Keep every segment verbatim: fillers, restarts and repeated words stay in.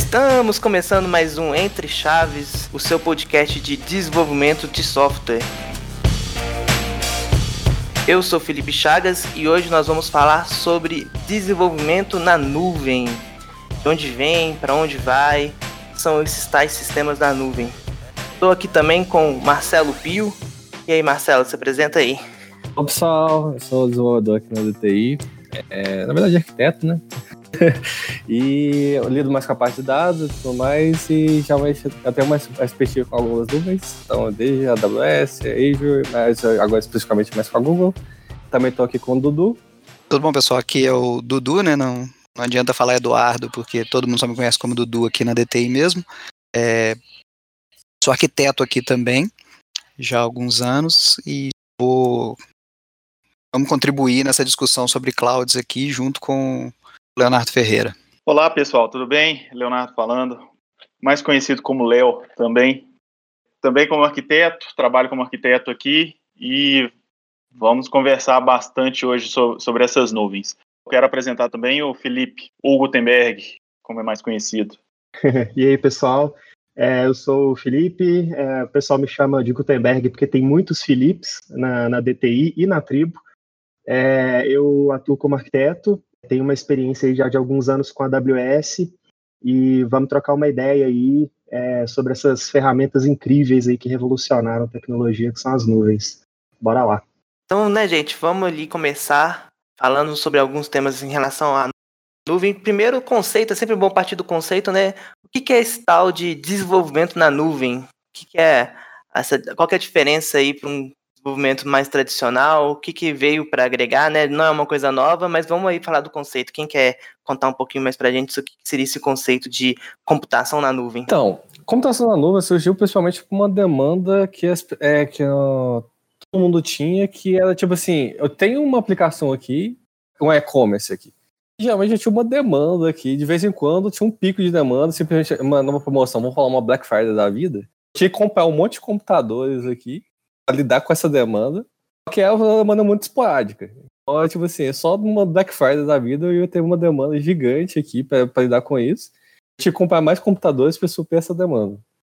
Estamos começando mais um Entre Chaves, o seu podcast de desenvolvimento de software. Eu sou Felipe Chagas e hoje nós vamos falar sobre desenvolvimento na nuvem. De onde vem, para onde vai, são esses tais sistemas da nuvem. Estou aqui também com Marcelo Pio. E aí, Marcelo, se apresenta aí. Olá, pessoal, eu sou desenvolvedor aqui na D T I, é, na verdade arquiteto, né? E eu lido mais com a parte de dados e tudo mais, e já tenho mais perspectiva com algumas nuvens, então desde a AWS, Azure, mas agora especificamente mais com a Google. Também estou aqui com o Dudu. Tudo bom, pessoal? Aqui é o Dudu, né? Não, não adianta falar Eduardo, porque todo mundo só me conhece como Dudu aqui na D T I mesmo. É, sou arquiteto aqui também, já há alguns anos, e vou vamos contribuir nessa discussão sobre clouds aqui junto com Leonardo Ferreira. Olá, pessoal, tudo bem? Leonardo falando, mais conhecido como Léo também. Também como arquiteto, trabalho como arquiteto aqui e vamos conversar bastante hoje so- sobre essas nuvens. Quero apresentar também o Felipe, o Gutenberg, como é mais conhecido. E aí, pessoal, é, eu sou o Felipe, é, o pessoal me chama de Gutenberg porque tem muitos Filipes na, na D T I e na tribo. É, eu atuo como arquiteto, tenho uma experiência aí já de alguns anos com a AWS e vamos trocar uma ideia aí é, sobre essas ferramentas incríveis aí que revolucionaram a tecnologia, que são as nuvens. Bora lá. Então, né, gente, vamos ali começar falando sobre alguns temas em relação à nuvem. Primeiro, o conceito, é sempre bom partir do conceito, né? O que é esse tal de desenvolvimento na nuvem? O que é essa, qual que é a diferença aí para um desenvolvimento mais tradicional? O que, que veio para agregar, né? Não é uma coisa nova, mas vamos aí falar do conceito. Quem quer contar um pouquinho mais para a gente o que seria esse conceito de computação na nuvem? Então, computação na nuvem surgiu principalmente por uma demanda que, é, que uh, todo mundo tinha, que era tipo assim, eu tenho uma aplicação aqui, um e-commerce aqui. Geralmente eu tinha uma demanda aqui, de vez em quando tinha um pico de demanda, simplesmente uma nova promoção, vamos falar uma Black Friday da vida. Tinha que comprar um monte de computadores aqui para lidar com essa demanda, que é uma demanda muito esporádica. Então, tipo assim, só numa Black Friday da vida eu ia ter uma demanda gigante aqui para lidar com isso. Eu tinha que comprar mais computadores para suprir essa demanda.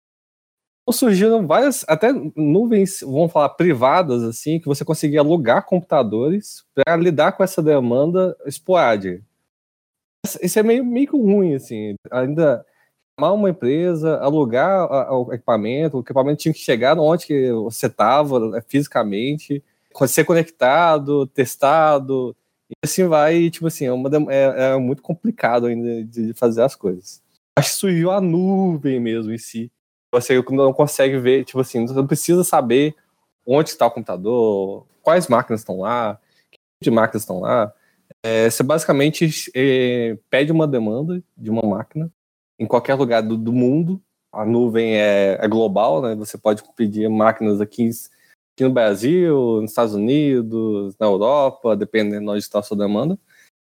Então surgiram várias, até nuvens, vamos falar, privadas, assim, que você conseguia alugar computadores para lidar com essa demanda esporádica. Isso é meio, meio ruim, assim, ainda chamar uma empresa, alugar o equipamento, o equipamento tinha que chegar onde que você estava fisicamente, ser conectado, testado, e assim vai, tipo assim, é, uma, é, é muito complicado ainda de fazer as coisas. Acho que surgiu a nuvem mesmo em si. Você não consegue ver, tipo assim, você não precisa saber onde está o computador, quais máquinas estão lá, que tipo de máquinas estão lá. É, você basicamente é, pede uma demanda de uma máquina em qualquer lugar do, do mundo. A nuvem é, é global, né? Você pode pedir máquinas aqui, aqui no Brasil, nos Estados Unidos, na Europa, dependendo de onde está a sua demanda.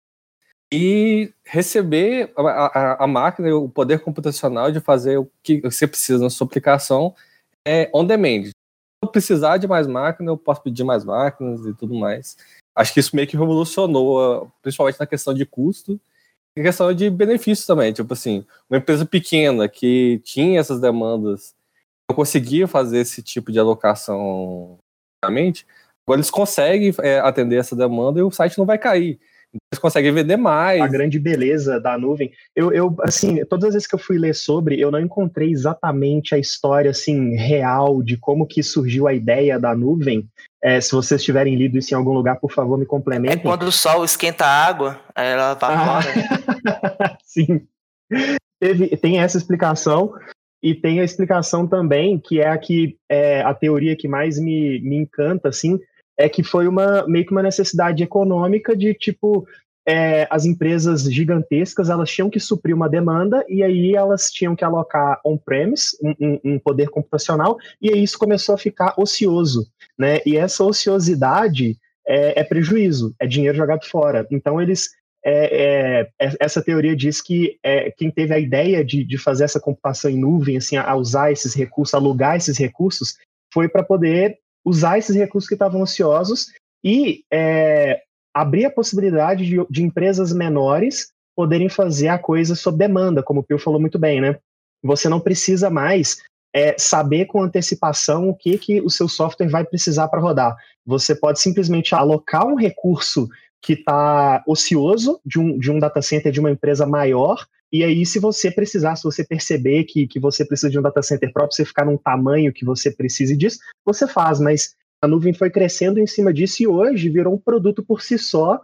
E receber a, a, a máquina, o poder computacional de fazer o que você precisa na sua aplicação é on demand. Se eu precisar de mais máquinas, eu posso pedir mais máquinas e tudo mais. Acho que isso meio que revolucionou, principalmente na questão de custo e questão de benefícios também. Tipo assim, uma empresa pequena que tinha essas demandas, não conseguia fazer esse tipo de alocação realmente, agora eles conseguem é, atender essa demanda e o site não vai cair. Eles conseguem vender mais. A grande beleza da nuvem, eu, eu, assim, todas as vezes que eu fui ler sobre, eu não encontrei exatamente a história, assim, real de como que surgiu a ideia da nuvem. É, se vocês tiverem lido isso em algum lugar, por favor, me complementem. É quando o sol esquenta a água, aí ela evapora. Ah, sim. Teve, tem essa explicação, e tem a explicação também, que é a, que, é, a teoria que mais me, me encanta, assim, é que foi uma, meio que uma necessidade econômica de, tipo, é, as empresas gigantescas, elas tinham que suprir uma demanda, e aí elas tinham que alocar on-premise, um, um, um poder computacional, e aí isso começou a ficar ocioso, né? E essa ociosidade é, é prejuízo, é dinheiro jogado fora. Então, eles... É, é, essa teoria diz que é, quem teve a ideia de, de fazer essa computação em nuvem, assim, a usar esses recursos, alugar esses recursos, foi para poder usar esses recursos que estavam ociosos e é, abrir a possibilidade de, de empresas menores poderem fazer a coisa sob demanda, como o Pio falou muito bem, né? Você não precisa mais é, saber com antecipação o que, que o seu software vai precisar para rodar. Você pode simplesmente alocar um recurso que está ocioso de um, de um data center de uma empresa maior, e aí se você precisar, se você perceber que, que você precisa de um data center próprio, você ficar num tamanho que você precise disso, você faz, mas a nuvem foi crescendo em cima disso e hoje virou um produto por si só,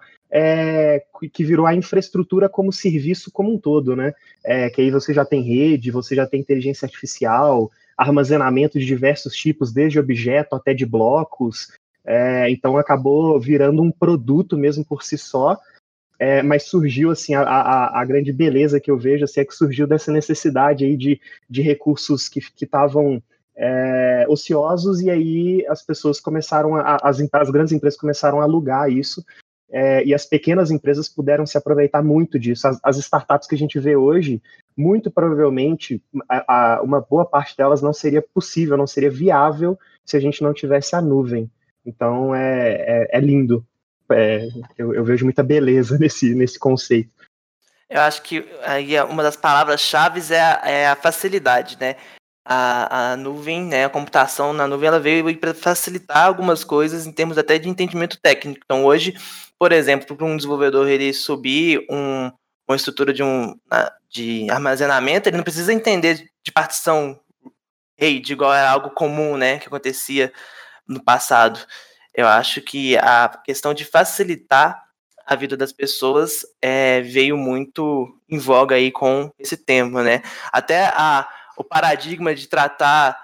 é, que virou a infraestrutura como serviço como um todo, né? É, que aí você já tem rede, você já tem inteligência artificial, armazenamento de diversos tipos, desde objeto até de blocos, é, então acabou virando um produto mesmo por si só, é, mas surgiu assim, a, a, a grande beleza que eu vejo assim, é que surgiu dessa necessidade aí de, de recursos que estavam é, ociosos, e aí as pessoas começaram, a, as, as grandes empresas começaram a alugar isso, é, e as pequenas empresas puderam se aproveitar muito disso. As, as startups que a gente vê hoje, muito provavelmente, a, a, uma boa parte delas não seria possível, não seria viável se a gente não tivesse a nuvem. Então é, é, é lindo. É, eu, eu vejo muita beleza nesse, nesse conceito. Eu acho que aí uma das palavras-chave é, é a facilidade, né? A, a nuvem, né, a computação na nuvem, ela veio para facilitar algumas coisas em termos até de entendimento técnico. Então hoje, por exemplo, para um desenvolvedor ele subir um, uma estrutura de, um, de armazenamento, ele não precisa entender de partição RAID, igual era algo comum, né, que acontecia no passado. Eu acho que a questão de facilitar a vida das pessoas é, veio muito em voga aí com esse tema, né? Até a, o paradigma de tratar,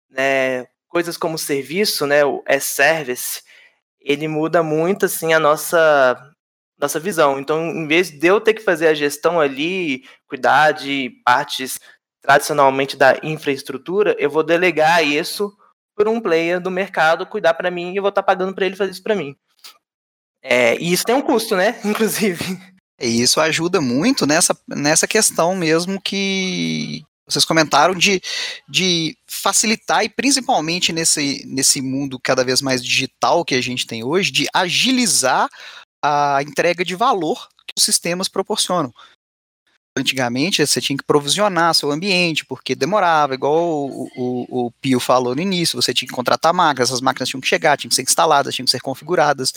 né, coisas como serviço, né, o as-service, ele muda muito assim a nossa, nossa visão. Então, em vez de eu ter que fazer a gestão ali, cuidar de partes tradicionalmente da infraestrutura, eu vou delegar isso por um player do mercado cuidar para mim e eu vou estar pagando para ele fazer isso para mim. É, e isso tem um custo, né? Inclusive. E isso ajuda muito nessa, nessa questão mesmo que vocês comentaram de, de facilitar, e principalmente nesse, nesse mundo cada vez mais digital que a gente tem hoje, de agilizar a entrega de valor que os sistemas proporcionam. Antigamente você tinha que provisionar seu ambiente, porque demorava, igual o, o, o Pio falou no início, você tinha que contratar máquinas, essas máquinas tinham que chegar, tinham que ser instaladas, tinham que ser configuradas,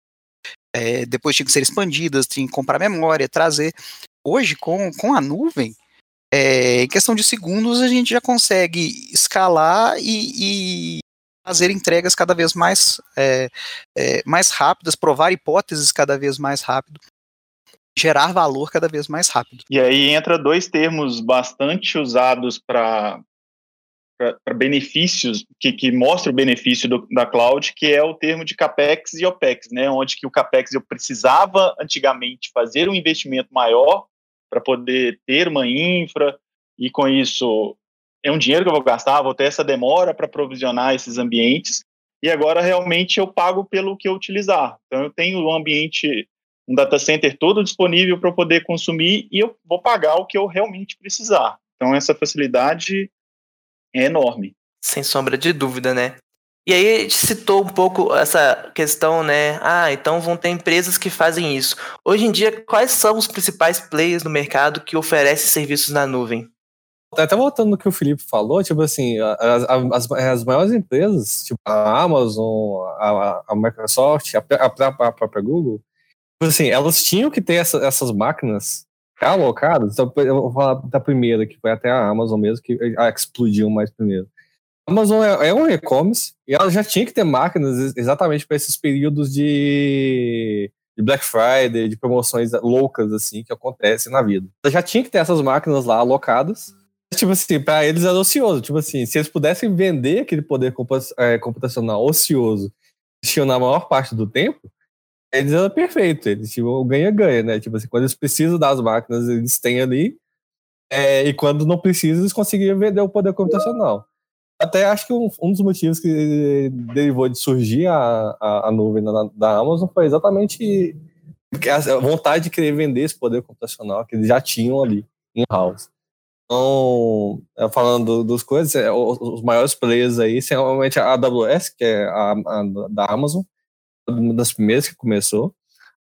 é, depois tinham que ser expandidas, tinha que comprar memória, trazer. Hoje, com, com a nuvem, é, em questão de segundos, a gente já consegue escalar e, e fazer entregas cada vez mais, é, é, mais rápidas, provar hipóteses cada vez mais rápido, gerar valor cada vez mais rápido. E aí entra dois termos bastante usados para benefícios, que, que mostra o benefício do, da cloud, que é o termo de CAPEX e OPEX, né? Onde que o CAPEX eu precisava antigamente fazer um investimento maior para poder ter uma infra, e com isso é um dinheiro que eu vou gastar, vou ter essa demora para provisionar esses ambientes, e agora realmente eu pago pelo que eu utilizar. Então eu tenho um ambiente, um data center todo disponível para eu poder consumir, e eu vou pagar o que eu realmente precisar. Então essa facilidade é enorme. Sem sombra de dúvida, né? E aí a gente citou um pouco essa questão, né? Ah, então vão ter empresas que fazem isso. Hoje em dia, quais são os principais players no mercado que oferecem serviços na nuvem? Até voltando no que o Felipe falou, tipo assim, as, as, as maiores empresas, tipo a Amazon, a, a Microsoft, a, a, a própria Google, tipo assim, elas tinham que ter essa, essas máquinas alocadas. Então, eu vou falar da primeira, que foi até a Amazon mesmo, que a explodiu mais primeiro. A Amazon é, é um e-commerce e ela já tinha que ter máquinas exatamente para esses períodos de, de Black Friday, de promoções loucas assim que acontecem na vida. Ela já tinha que ter essas máquinas lá alocadas. Tipo assim, para eles era ocioso. Tipo assim, se eles pudessem vender aquele poder computacional ocioso que tinham na maior parte do tempo, eles eram perfeitos. Eles tinham ganha-ganha, né? Tipo assim, quando eles precisam das máquinas, eles têm ali. É, e quando não precisam, eles conseguiam vender o poder computacional. Até acho que um, um dos motivos que derivou de surgir a, a, a nuvem da, da Amazon foi exatamente a vontade de querer vender esse poder computacional que eles já tinham ali em house. Então, falando dos coisas, os, os maiores players aí são realmente a A W S, que é a, a da Amazon, uma das primeiras que começou.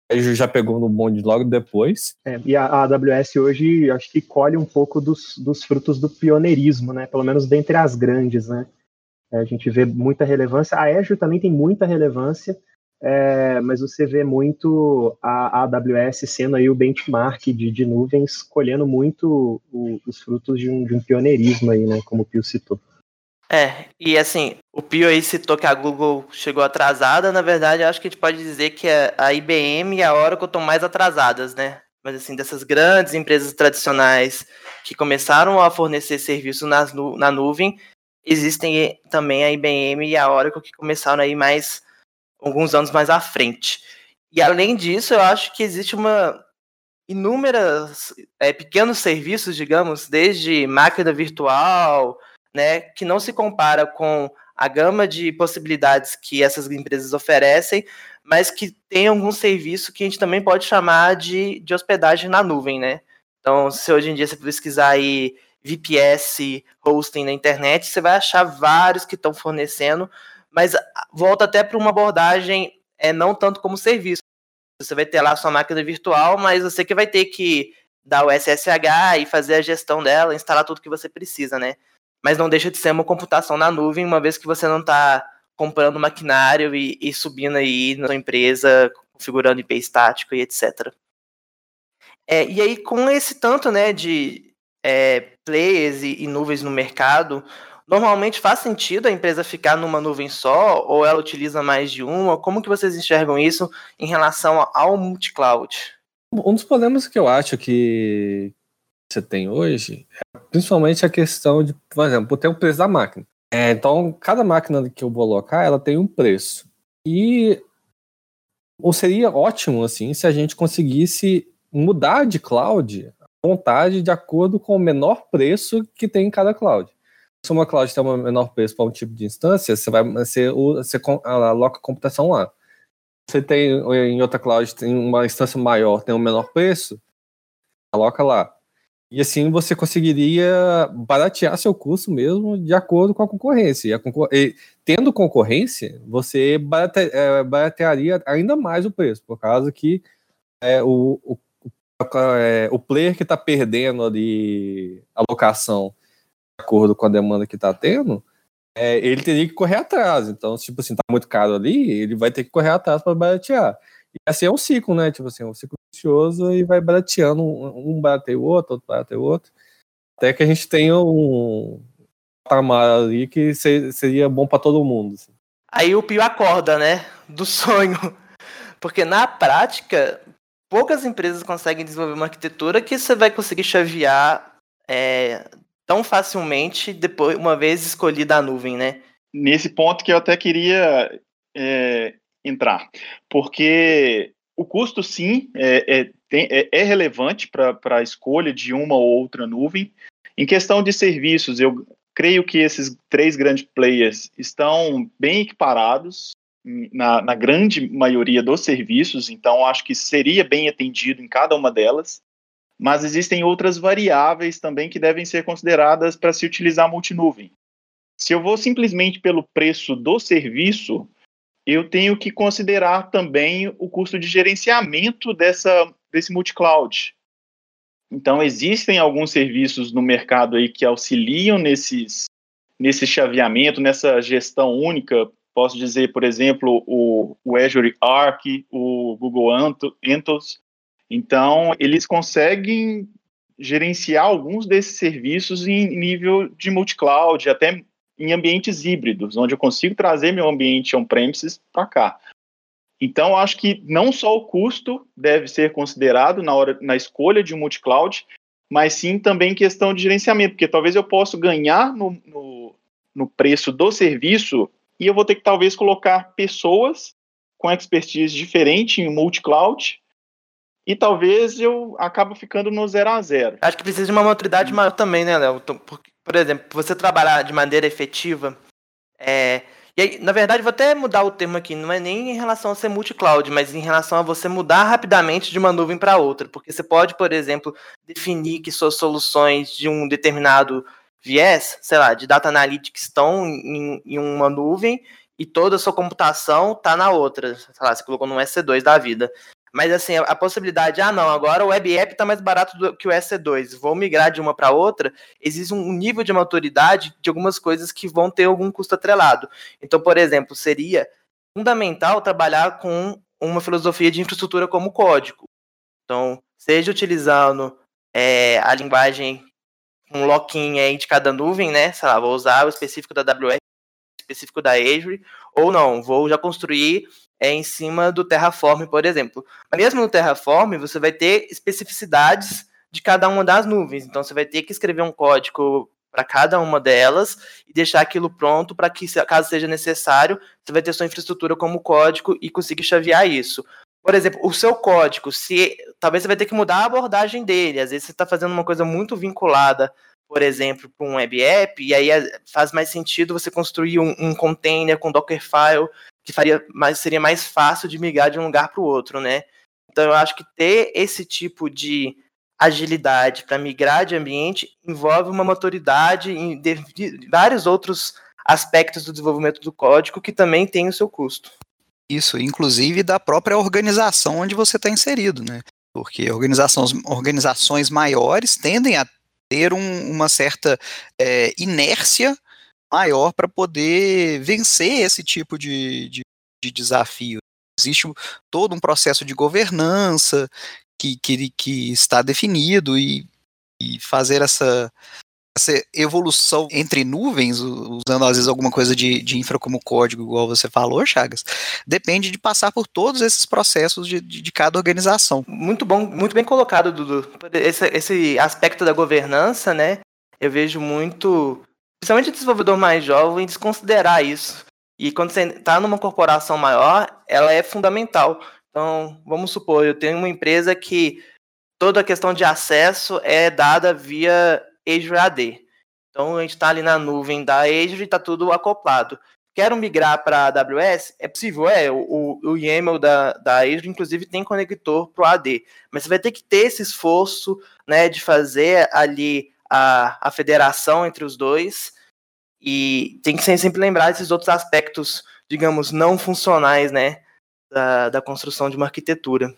Azure já pegou no bonde logo depois. É, e a, a AWS hoje, acho que colhe um pouco dos, dos frutos do pioneirismo, né? Pelo menos dentre as grandes, né? É, a gente vê muita relevância. A Azure também tem muita relevância, é, mas você vê muito a, a AWS sendo aí o benchmark de, de nuvens, colhendo muito o, os frutos de um, de um pioneirismo aí, né? Como o Pio citou. É, e assim, o Pio aí citou que a Google chegou atrasada, na verdade, eu acho que a gente pode dizer que a I B M e a Oracle estão mais atrasadas, né? Mas assim, dessas grandes empresas tradicionais que começaram a fornecer serviço nas nu- na nuvem, existem também a I B M e a Oracle que começaram aí mais, alguns anos mais à frente. E além disso, eu acho que existe uma inúmeras é, pequenos serviços, digamos, desde máquina virtual, né, que não se compara com a gama de possibilidades que essas empresas oferecem, mas que tem algum serviço que a gente também pode chamar de, de hospedagem na nuvem, né? Então, se hoje em dia você pesquisar aí V P S, hosting na internet, você vai achar vários que estão fornecendo, mas volta até para uma abordagem é, não tanto como serviço. Você vai ter lá a sua máquina virtual, mas você que vai ter que dar o S S H e fazer a gestão dela, instalar tudo que você precisa, né? Mas não deixa de ser uma computação na nuvem, uma vez que você não está comprando maquinário e, e subindo aí na sua empresa, configurando I P estático e etcétera. É, e aí, com esse tanto, né, de é, players e, e nuvens no mercado, normalmente faz sentido a empresa ficar numa nuvem só, ou ela utiliza mais de uma? Como que vocês enxergam isso em relação ao multi-cloud? Um dos problemas que eu acho que você tem hoje é principalmente a questão de, por exemplo, ter o preço da máquina. É, então, cada máquina que eu vou alocar, ela tem um preço. E ou seria ótimo, assim, se a gente conseguisse mudar de cloud à vontade de acordo com o menor preço que tem em cada cloud. Se uma cloud tem um menor preço para um tipo de instância, você vai você, você aloca a computação lá. Você tem em outra cloud tem uma instância maior, tem um menor preço, aloca lá. E assim você conseguiria baratear seu custo mesmo de acordo com a concorrência. E, a concor- e tendo concorrência, você barate- é, baratearia ainda mais o preço, por causa que é, o, o, é, o player que está perdendo ali a locação de acordo com a demanda que está tendo, é, ele teria que correr atrás. Então, tipo assim, tá muito caro ali, ele vai ter que correr atrás para baratear. E assim é um ciclo, né? Tipo assim, é um ciclo vicioso e vai barateando, um, um barateia o outro, outro barateia o outro, até que a gente tenha um patamar ali que se, seria bom para todo mundo. Assim. Aí o Pio acorda, né, do sonho. Porque na prática, poucas empresas conseguem desenvolver uma arquitetura que você vai conseguir chavear é, tão facilmente depois, uma vez escolhida a nuvem, né? Nesse ponto que eu até queria é, entrar, porque o custo, sim, é, é, tem, é, é relevante para a escolha de uma ou outra nuvem. Em questão de serviços, eu creio que esses três grandes players estão bem equiparados na, na grande maioria dos serviços, então acho que seria bem atendido em cada uma delas, mas existem outras variáveis também que devem ser consideradas para se utilizar multinuvem. Se eu vou simplesmente pelo preço do serviço, eu tenho que considerar também o custo de gerenciamento dessa, desse multicloud. Então, existem alguns serviços no mercado aí que auxiliam nesses, nesse chaveamento, nessa gestão única. Posso dizer, por exemplo, o, o Azure Arc, o Google Anthos. Então, eles conseguem gerenciar alguns desses serviços em nível de multicloud, até em ambientes híbridos, onde eu consigo trazer meu ambiente on-premises para cá. Então, acho que não só o custo deve ser considerado na hora, na escolha de um multicloud, mas sim também questão de gerenciamento, porque talvez eu possa ganhar no, no, no preço do serviço e eu vou ter que talvez colocar pessoas com expertise diferente em multicloud e talvez eu acabo ficando no zero a zero. Acho que precisa de uma maturidade maior também, né, Léo? Por, por exemplo, você trabalhar de maneira efetiva, é... E aí, na verdade, vou até mudar o termo aqui, não é nem em relação a ser multi-cloud, mas em relação a você mudar rapidamente de uma nuvem para outra, porque você pode, por exemplo, definir que suas soluções de um determinado viés, sei lá, de data analytics estão em, em uma nuvem e toda a sua computação está na outra, sei lá, você colocou num E C dois da vida. Mas assim, a, a possibilidade, ah não, agora o Web App está mais barato do que o E C dois, vou migrar de uma para outra, existe um nível de maturidade de algumas coisas que vão ter algum custo atrelado. Então, por exemplo, seria fundamental trabalhar com uma filosofia de infraestrutura como código. Então, seja utilizando é, a linguagem, um lock-in aí de cada nuvem, né? Sei lá, vou usar o específico da A W S, o específico da Azure, ou não, vou já construir é, em cima do Terraform, por exemplo. Mas mesmo no Terraform, você vai ter especificidades de cada uma das nuvens. Então, você vai ter que escrever um código para cada uma delas e deixar aquilo pronto para que, caso seja necessário, você vai ter sua infraestrutura como código e conseguir chavear isso. Por exemplo, o seu código, se talvez você vai ter que mudar a abordagem dele. Às vezes você está fazendo uma coisa muito vinculada, por exemplo, para um web app, e aí faz mais sentido você construir um, um container com Dockerfile, que faria mais, seria mais fácil de migrar de um lugar para o outro, né? Então eu acho que ter esse tipo de agilidade para migrar de ambiente envolve uma maturidade em de, de vários outros aspectos do desenvolvimento do código que também tem o seu custo. Isso, inclusive da própria organização onde você está inserido, né? Porque organizações, organizações maiores tendem a ter um, uma certa é, inércia maior para poder vencer esse tipo de, de, de desafio. Existe todo um processo de governança que, que, que está definido e, e fazer essa, essa evolução entre nuvens, usando às vezes alguma coisa de, de infra como código, igual você falou, Chagas, depende de passar por todos esses processos de, de, de cada organização. Muito bom, muito bem colocado, Dudu. Esse, esse aspecto da governança, né, eu vejo muito, principalmente o desenvolvedor mais jovem, desconsiderar isso. E quando você está numa corporação maior, ela é fundamental. Então, vamos supor, eu tenho uma empresa que toda a questão de acesso é dada via Azure A D. Então, a gente está ali na nuvem da Azure e está tudo acoplado. Quero migrar para a A W S? É possível, é. O, o YAML da, da Azure, inclusive, tem conector para o A D. Mas você vai ter que ter esse esforço, né, de fazer ali a, a federação entre os dois. E tem que sempre lembrar desses outros aspectos, digamos, não funcionais, né, da, da construção de uma arquitetura.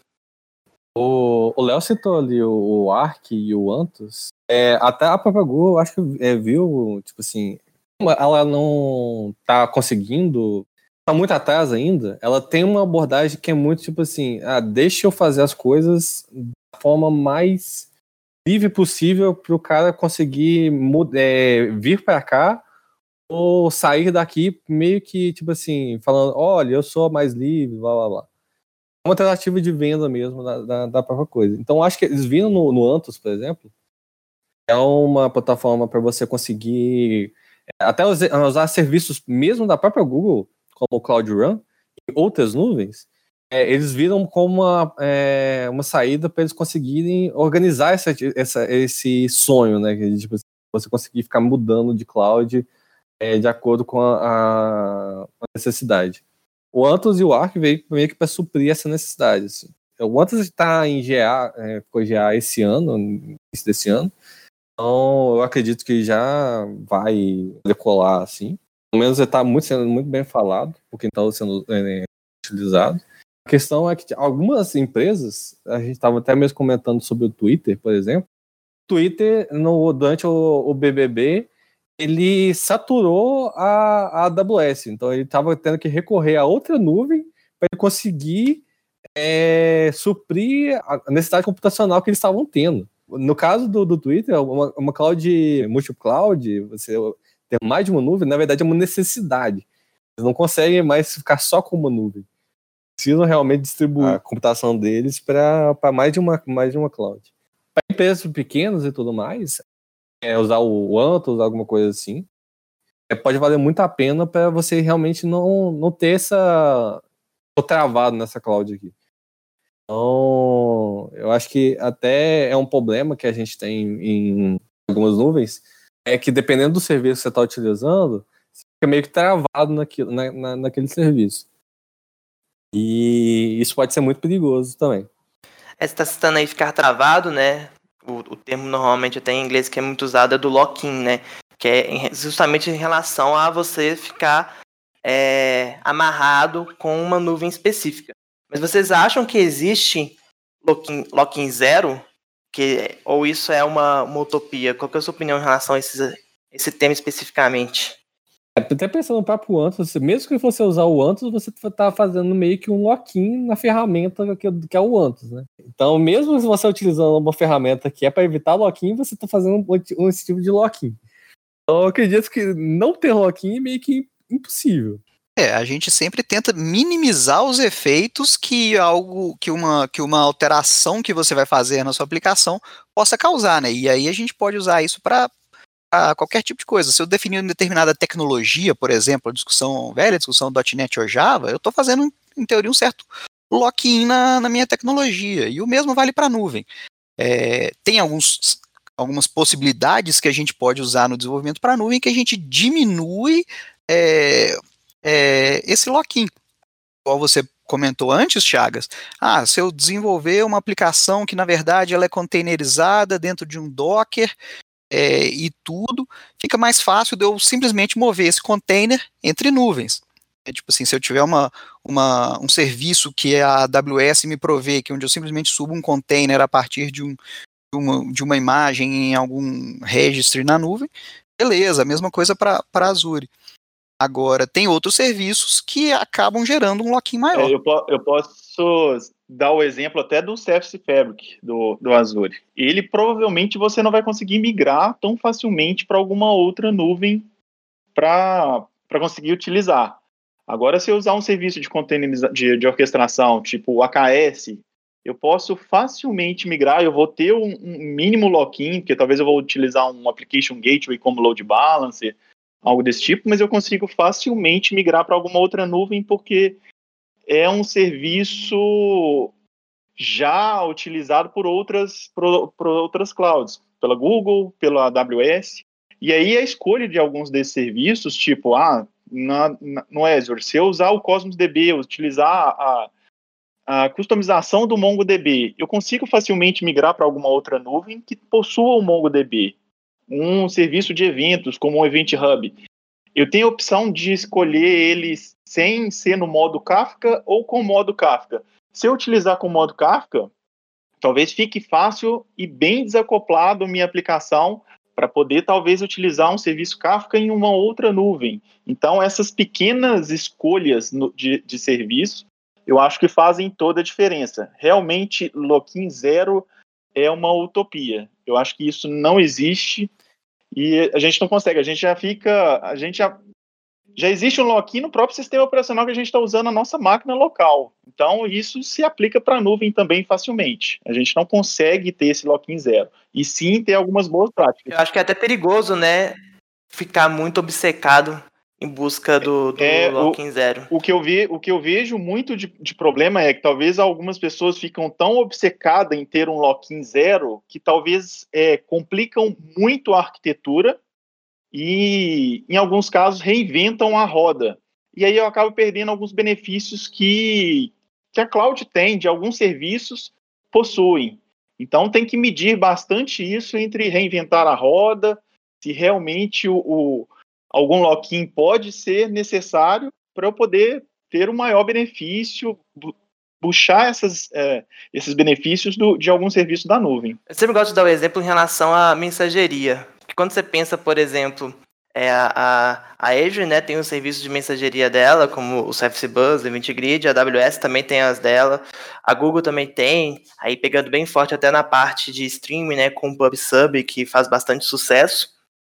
O Léo citou ali o, o Arc e o Anthos. É, até a própria Google, acho que é, viu, tipo assim, ela não tá conseguindo, tá muito atrás ainda, ela tem uma abordagem que é muito tipo assim, ah, deixa eu fazer as coisas da forma mais livre possível para o cara conseguir é, vir para cá ou sair daqui meio que, tipo assim, falando, olha, eu sou mais livre, blá, blá, blá. É uma tentativa de venda mesmo da, da, da própria coisa. Então, acho que eles viram no, no Anthos, por exemplo, é uma plataforma para você conseguir até usar serviços mesmo da própria Google, como o Cloud Run, e outras nuvens, é, eles viram como uma, é, uma saída para eles conseguirem organizar essa, essa, esse sonho, né? Tipo, você conseguir ficar mudando de cloud é, de acordo com a, a necessidade. O Anthos e o Arc veio meio que para suprir essa necessidade. Assim. O Anthos está em G A, é, ficou G A esse ano, no início desse ano. Então, eu acredito que já vai decolar, assim. Pelo menos está muito, sendo muito bem falado, porque está sendo é, utilizado. A questão é que algumas empresas, a gente estava até mesmo comentando sobre o Twitter, por exemplo. O Twitter, no, durante o, o B B B, ele saturou a, a A W S. Então, ele estava tendo que recorrer a outra nuvem para ele conseguir é, suprir a necessidade computacional que eles estavam tendo. No caso do, do Twitter, uma, uma cloud multi-cloud, você ter mais de uma nuvem, na verdade é uma necessidade. Eles não conseguem mais ficar só com uma nuvem. Precisam realmente distribuir a computação deles para mais, de uma, mais de uma cloud. Para empresas pequenas e tudo mais, é, usar o Anthos, usar alguma coisa assim, é, pode valer muito a pena para você realmente não, não ter essa... Tô travado nessa cloud aqui. Então, eu acho que até é um problema que a gente tem em algumas nuvens, é que dependendo do serviço que você está utilizando, você fica meio que travado naquilo, na, na, naquele serviço. E isso pode ser muito perigoso também. É, você está citando aí ficar travado, né? O, o termo normalmente até em inglês que é muito usado é do lock-in, né? Que é justamente em relação a você ficar é, amarrado com uma nuvem específica. Mas vocês acham que existe lock-in, lock-in zero? Que, ou isso é uma, uma utopia? Qual que é a sua opinião em relação a esses, esse tema especificamente? Até pensando no próprio Antus, mesmo que você usar o Antus, você está fazendo meio que um lock-in na ferramenta que, que é o Antus, né? Então, mesmo se você utilizando uma ferramenta que é para evitar lock-in, você está fazendo um, um esse tipo de lock-in. Então, eu acredito que não ter lock-in é meio que impossível. É, a gente sempre tenta minimizar os efeitos que algo, que uma, que uma alteração que você vai fazer na sua aplicação possa causar, né? E aí a gente pode usar isso para qualquer tipo de coisa. Se eu definir uma determinada tecnologia, por exemplo, a discussão velha, a discussão .NET ou Java, eu estou fazendo, em teoria, um certo lock-in na, na minha tecnologia. E o mesmo vale para a nuvem. É, tem alguns, algumas possibilidades que a gente pode usar no desenvolvimento para a nuvem que a gente diminui é, é, esse lock-in. Igual você comentou antes, Chagas, ah, se eu desenvolver uma aplicação que na verdade ela é containerizada dentro de um Docker é, e tudo, fica mais fácil de eu simplesmente mover esse container entre nuvens. É, tipo assim, se eu tiver uma, uma, um serviço que a AWS me provê, que onde eu simplesmente subo um container a partir de, um, de, uma, de uma imagem em algum registry na nuvem, beleza, a mesma coisa para a Azure. Agora, tem outros serviços que acabam gerando um lock-in maior. É, eu, eu posso dar o exemplo até do Service Fabric, do, do Azure. Ele provavelmente você não vai conseguir migrar tão facilmente para alguma outra nuvem para conseguir utilizar. Agora, se eu usar um serviço de, de, de orquestração, tipo o A K S, eu posso facilmente migrar, eu vou ter um, um mínimo lock-in, porque talvez eu vou utilizar um Application Gateway como Load Balancer, algo desse tipo, mas eu consigo facilmente migrar para alguma outra nuvem porque é um serviço já utilizado por outras, por, por outras clouds, pela Google, pela A W S, e aí a escolha de alguns desses serviços, tipo, ah, na, na, no Azure, se eu usar o Cosmos D B, utilizar a, a customização do MongoDB, eu consigo facilmente migrar para alguma outra nuvem que possua o MongoDB. Um serviço de eventos, como o Event Hub, eu tenho a opção de escolher ele sem ser no modo Kafka ou com o modo Kafka. Se eu utilizar com o modo Kafka, talvez fique fácil e bem desacoplado minha aplicação para poder, talvez, utilizar um serviço Kafka em uma outra nuvem. Então, essas pequenas escolhas no, de, de serviço, eu acho que fazem toda a diferença. Realmente, lock-in zero é uma utopia. Eu acho que isso não existe e a gente não consegue. A gente já fica... A gente já, já existe um lock-in no próprio sistema operacional que a gente está usando na nossa máquina local. Então, isso se aplica para a nuvem também facilmente. A gente não consegue ter esse lock-in zero. E sim ter algumas boas práticas. Eu acho que é até perigoso, né? Ficar muito obcecado em busca do, do é, lock-in zero. O que, eu ve, o que eu vejo muito de, de problema é que talvez algumas pessoas ficam tão obcecadas em ter um lock-in zero que talvez é, complicam muito a arquitetura e, em alguns casos, reinventam a roda. E aí eu acabo perdendo alguns benefícios que, que a cloud tem, de alguns serviços possuem. Então tem que medir bastante isso entre reinventar a roda, se realmente o, o algum lock-in pode ser necessário para eu poder ter um maior benefício, puxar essas, é, esses benefícios do, de algum serviço da nuvem. Eu sempre gosto de dar o um exemplo em relação à mensageria. Porque quando você pensa, por exemplo, é, a, a Azure, né, tem um serviço de mensageria dela, como o Service Bus, o Event Grid, a AWS também tem as dela, a Google também tem, aí pegando bem forte até na parte de streaming, né, com o PubSub, que faz bastante sucesso.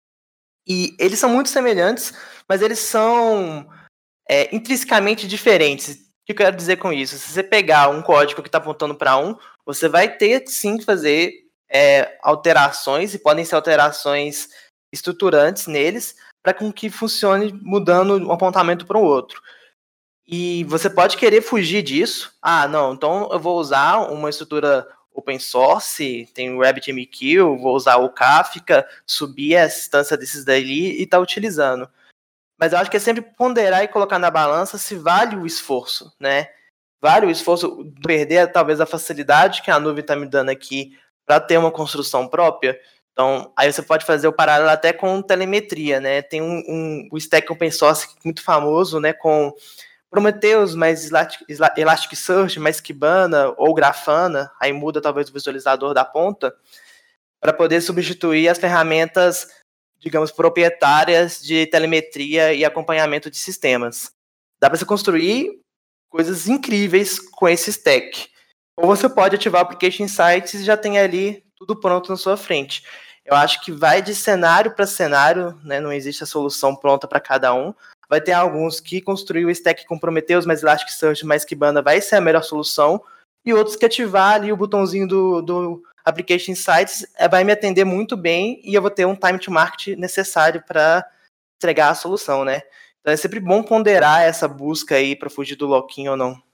E eles são muito semelhantes, mas eles são é, intrinsecamente diferentes. O que eu quero dizer com isso? Se você pegar um código que está apontando para um, você vai ter sim que fazer é, alterações, e podem ser alterações estruturantes neles, para que funcione mudando um apontamento para o outro. E você pode querer fugir disso. Ah, não, então eu vou usar uma estrutura open source, tem o RabbitMQ, vou usar o Kafka, subir a instância desses daí e estar tá utilizando. Mas eu acho que é sempre ponderar e colocar na balança se vale o esforço, né? Vale o esforço de perder talvez a facilidade que a nuvem está me dando aqui para ter uma construção própria. Então, aí você pode fazer o paralelo até com telemetria, né? Tem um, um, um stack open source muito famoso, né? Com Prometheus, mais Elasticsearch, mais Kibana ou Grafana, aí muda talvez o visualizador da ponta, para poder substituir as ferramentas, digamos, proprietárias de telemetria e acompanhamento de sistemas. Dá para você construir coisas incríveis com esse stack. Ou você pode ativar o Application Insights e já tem ali tudo pronto na sua frente. Eu acho que vai de cenário para cenário, né? Não existe a solução pronta para cada um. Vai ter alguns que construir o stack com Prometheus, mais Elasticsearch, mais Kibana vai ser a melhor solução, e outros que ativar ali o botãozinho do, do Application Insights vai me atender muito bem e eu vou ter um time to market necessário para entregar a solução, né? Então é sempre bom ponderar essa busca aí para fugir do lock-in ou não.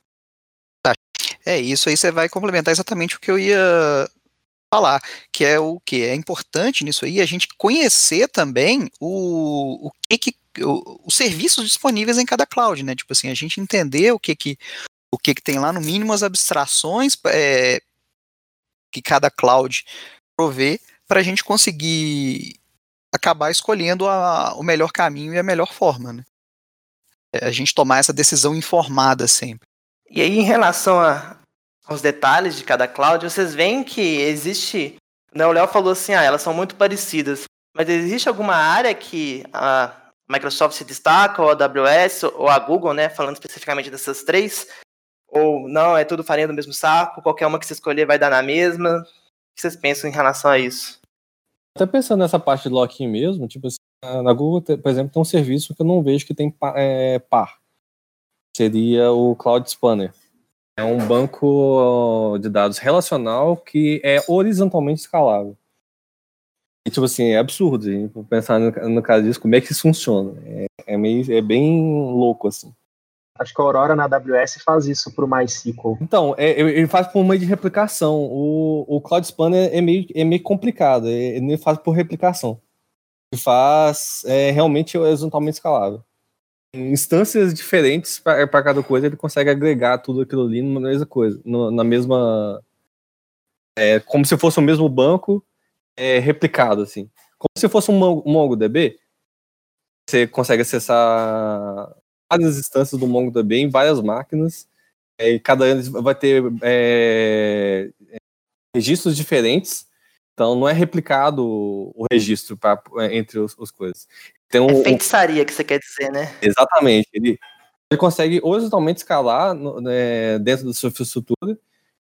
É, isso aí você vai complementar exatamente o que eu ia falar, que é o que é importante nisso aí, a gente conhecer também o, o que que o, os serviços disponíveis em cada cloud, né? Tipo assim, a gente entender o que que o que que tem lá, no mínimo as abstrações é, que cada cloud provê, para a gente conseguir acabar escolhendo a, o melhor caminho e a melhor forma, né? É, a gente tomar essa decisão informada sempre. E aí, em relação a, aos detalhes de cada cloud, vocês veem que existe... Né, o Léo falou assim, ah, elas são muito parecidas, mas existe alguma área que a Microsoft se destaca, ou a A W S, ou a Google, né, falando especificamente dessas três? Ou não, é tudo farinha do mesmo saco, qualquer uma que você escolher vai dar na mesma? O que vocês pensam em relação a isso? Até pensando nessa parte de lock-in mesmo, tipo assim, na Google, por exemplo, tem um serviço que eu não vejo que tem é, par. Seria o Cloud Spanner. É um banco de dados relacional que é horizontalmente escalável. E, tipo assim, é absurdo. A gente pensar no, no caso disso, como é que isso funciona. É, é, meio, é bem louco, assim. Acho que a Aurora na A W S faz isso para o MySQL. Então, é, ele faz por meio de replicação. O, o Cloud Spanner é meio, é meio complicado. Ele faz por replicação. Ele faz é, realmente horizontalmente escalável. Em instâncias diferentes para cada coisa, ele consegue agregar tudo aquilo ali na mesma coisa. No, na mesma... É, como se fosse o mesmo banco é, replicado, assim. Como se fosse um, um MongoDB. Você consegue acessar várias instâncias do MongoDB em várias máquinas, é, e cada ano vai ter é, registros diferentes, então não é replicado o registro pra, entre os, os coisas. Tem um, é feitiçaria que você quer dizer, né? Exatamente. Ele, ele consegue horizontalmente escalar no, né, dentro da sua infraestrutura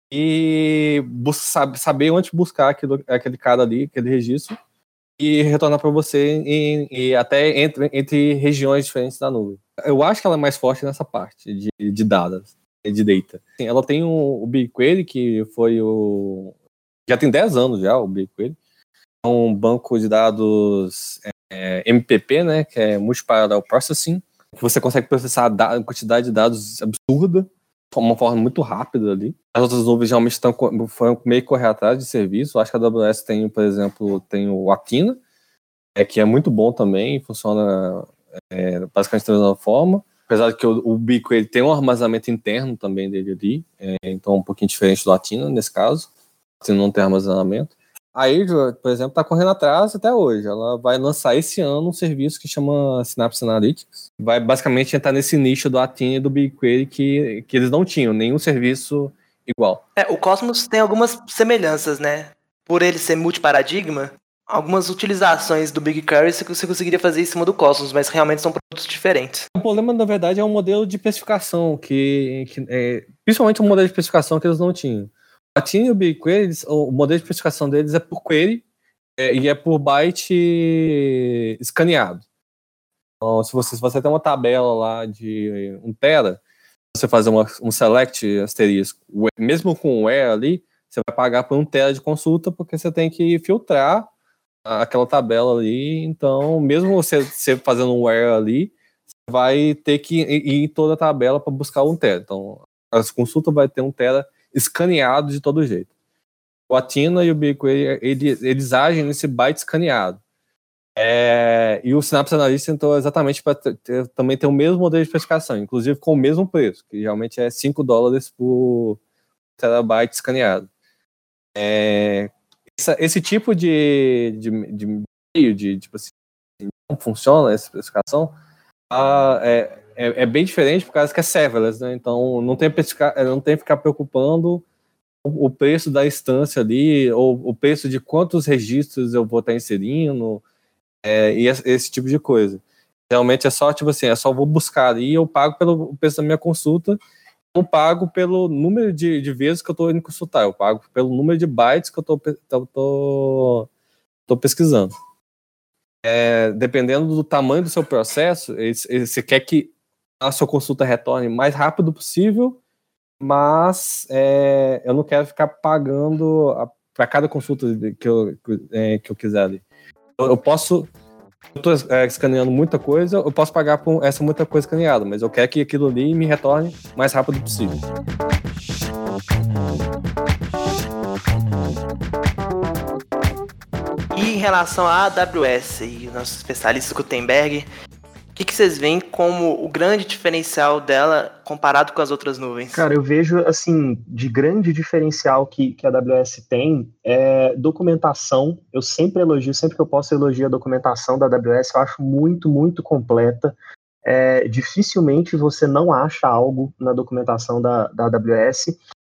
e buscar, saber onde buscar aquilo, aquele cara ali, aquele registro, e retornar para você e, e até entre, entre regiões diferentes da nuvem. Eu acho que ela é mais forte nessa parte de, de dados, de data. Ela tem o, o BigQuery, que foi o... Já tem dez anos já, o BigQuery. É um banco de dados é, M P P, né, que é Multi-Parallel Processing, que você consegue processar uma quantidade de dados absurda, de uma forma muito rápida ali. As outras nuvens realmente estão, foram meio que correr atrás de serviço. Eu acho que a A W S tem, por exemplo, tem o Athena, é, que é muito bom também, funciona é, basicamente da mesma forma, apesar de que o, o BigQuery tem um armazenamento interno também dele ali, é, então um pouquinho diferente do Athena nesse caso, se não tem armazenamento. A Azure, por exemplo, está correndo atrás até hoje. Ela vai lançar esse ano um serviço que chama Synapse Analytics, vai basicamente entrar nesse nicho do Athena e do BigQuery que, que eles não tinham, nenhum serviço igual. É, o Cosmos tem algumas semelhanças, né? Por ele ser multiparadigma, algumas utilizações do BigQuery você conseguiria fazer em cima do Cosmos, mas realmente são produtos diferentes. O problema, na verdade, é o modelo de especificação, que, que é, principalmente o modelo de especificação que eles não tinham. O Athena e o BigQuery, o modelo de especificação deles é por query é, e é por byte escaneado. Então, se você, se você tem uma tabela lá de um tera, você fazer uma, um select asterisco, mesmo com o where ali, você vai pagar por um tera de consulta, porque você tem que filtrar aquela tabela ali. Então, mesmo você, você fazendo um where ali, você vai ter que ir em toda a tabela para buscar um tera. Então, a consulta vai ter um tera escaneado de todo jeito. O Athena e o BigQuery, eles, eles agem nesse byte escaneado. É, e o Synapse Analytics entrou exatamente para ter, também ter o mesmo modelo de especificação, inclusive com o mesmo preço, que realmente é cinco dólares por terabyte escaneado. É, essa, esse tipo de de, de, de, de tipo assim, não funciona essa especificação, a, é, é, é bem diferente por causa que é serverless, né? Então não tem que ficar, não tem que ficar preocupando o, o preço da instância ali, ou o preço de quantos registros eu vou estar inserindo, é, e esse, esse tipo de coisa. Realmente é só, tipo assim, é só vou buscar ali, eu pago pelo preço da minha consulta, não pago pelo número de, de vezes que eu estou indo consultar, eu pago pelo número de bytes que eu estou pesquisando. É, dependendo do tamanho do seu processo, você quer que a sua consulta retorne o mais rápido possível, mas é, eu não quero ficar pagando para cada consulta que eu, é, que eu quiser ali. Eu, eu posso, eu estou é, escaneando muita coisa, eu posso pagar por essa muita coisa escaneada, mas eu quero que aquilo ali me retorne o mais rápido possível. E em relação à A W S e o nosso especialista Gutenberg, o que, que vocês veem como o grande diferencial dela comparado com as outras nuvens? Cara, eu vejo, assim, de grande diferencial que, que a A W S tem é documentação. Eu sempre elogio, sempre que eu posso elogio a documentação da A W S, eu acho muito, muito completa. É, dificilmente você não acha algo na documentação da, da A W S.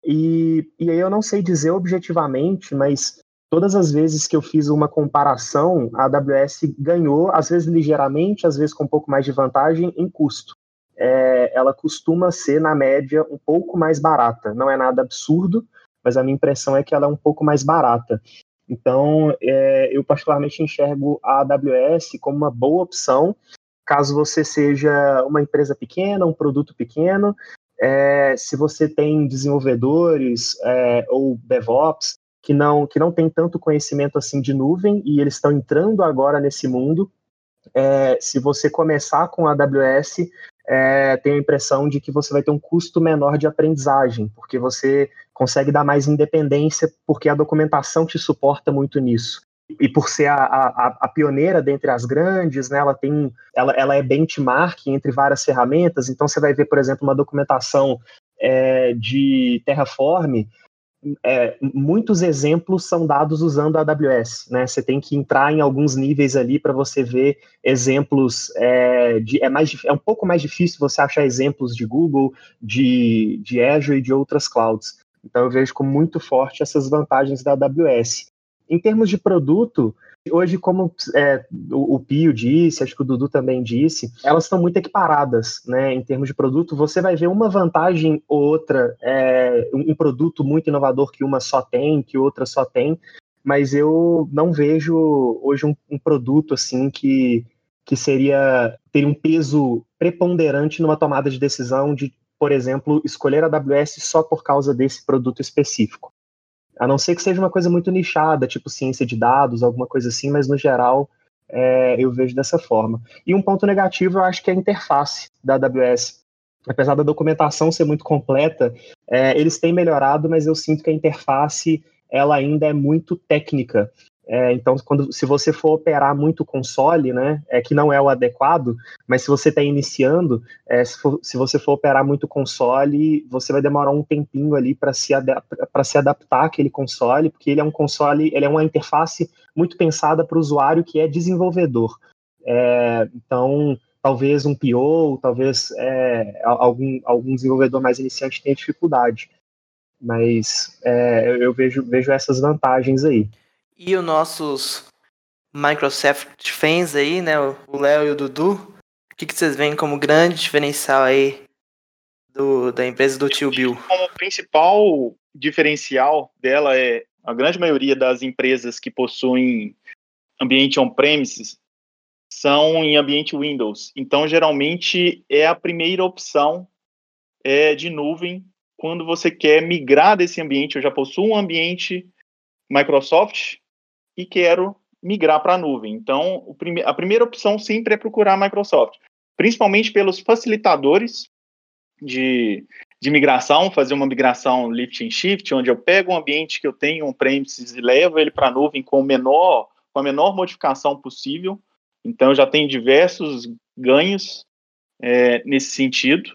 E, e aí eu não sei dizer objetivamente, mas todas as vezes que eu fiz uma comparação, a A W S ganhou, às vezes ligeiramente, às vezes com um pouco mais de vantagem em custo. É, ela costuma ser, na média, um pouco mais barata. Não é nada absurdo, mas a minha impressão é que ela é um pouco mais barata. Então, é, eu particularmente enxergo a A W S como uma boa opção, caso você seja uma empresa pequena, um produto pequeno, é, se você tem desenvolvedores é, ou DevOps que não, que não tem tanto conhecimento assim de nuvem e eles estão entrando agora nesse mundo, é, se você começar com a A W S, é, tenho a impressão de que você vai ter um custo menor de aprendizagem, porque você consegue dar mais independência, porque a documentação te suporta muito nisso. E por ser a, a, a pioneira dentre as grandes, né, ela, tem, ela, ela é benchmark entre várias ferramentas, então você vai ver, por exemplo, uma documentação é, de Terraform, é, muitos exemplos são dados usando a A W S, né? Você tem que entrar em alguns níveis ali para você ver exemplos, é, de, é, mais, é um pouco mais difícil você achar exemplos de Google, de, de Azure e de outras clouds. Então eu vejo como muito forte essas vantagens da A W S. Em termos de produto, hoje, como é, o, o Pio disse, acho que o Dudu também disse, elas estão muito equiparadas, né? Em termos de produto, você vai ver uma vantagem ou outra, é, um produto muito inovador que uma só tem, que outra só tem, mas eu não vejo hoje um, um produto assim que, que seria ter um peso preponderante numa tomada de decisão de, por exemplo, escolher a A W S só por causa desse produto específico. A não ser que seja uma coisa muito nichada, tipo ciência de dados, alguma coisa assim, mas no geral é, eu vejo dessa forma. E um ponto negativo eu acho que é a interface da A W S. Apesar da documentação ser muito completa, é, eles têm melhorado, mas eu sinto que a interface ela ainda é muito técnica. É, então, quando, se você for operar muito console, né, é que não é o adequado, mas se você está iniciando, é, se, for, se você for operar muito console, você vai demorar um tempinho ali para se, para se adaptar àquele console, porque ele é um console, ele é uma interface muito pensada para o usuário que é desenvolvedor. É, então, talvez um P O, talvez é, algum, algum desenvolvedor mais iniciante tenha dificuldade, mas é, eu vejo, vejo essas vantagens aí. E os nossos Microsoft fans aí, né, o Léo e o Dudu, o que, que vocês veem como grande diferencial aí do, da empresa do Tio Bill? Como principal diferencial dela é a grande maioria das empresas que possuem ambiente on-premises são em ambiente Windows. Então, geralmente, é a primeira opção é, de nuvem quando você quer migrar desse ambiente. Eu já possuo um ambiente Microsoft e quero migrar para a nuvem. Então, o prime- a primeira opção sempre é procurar a Microsoft, principalmente pelos facilitadores de, de migração, fazer uma migração lift and shift, onde eu pego um ambiente que eu tenho on-premises e levo ele para a nuvem com, menor, com a menor modificação possível. Então, eu já tenho diversos ganhos é, nesse sentido.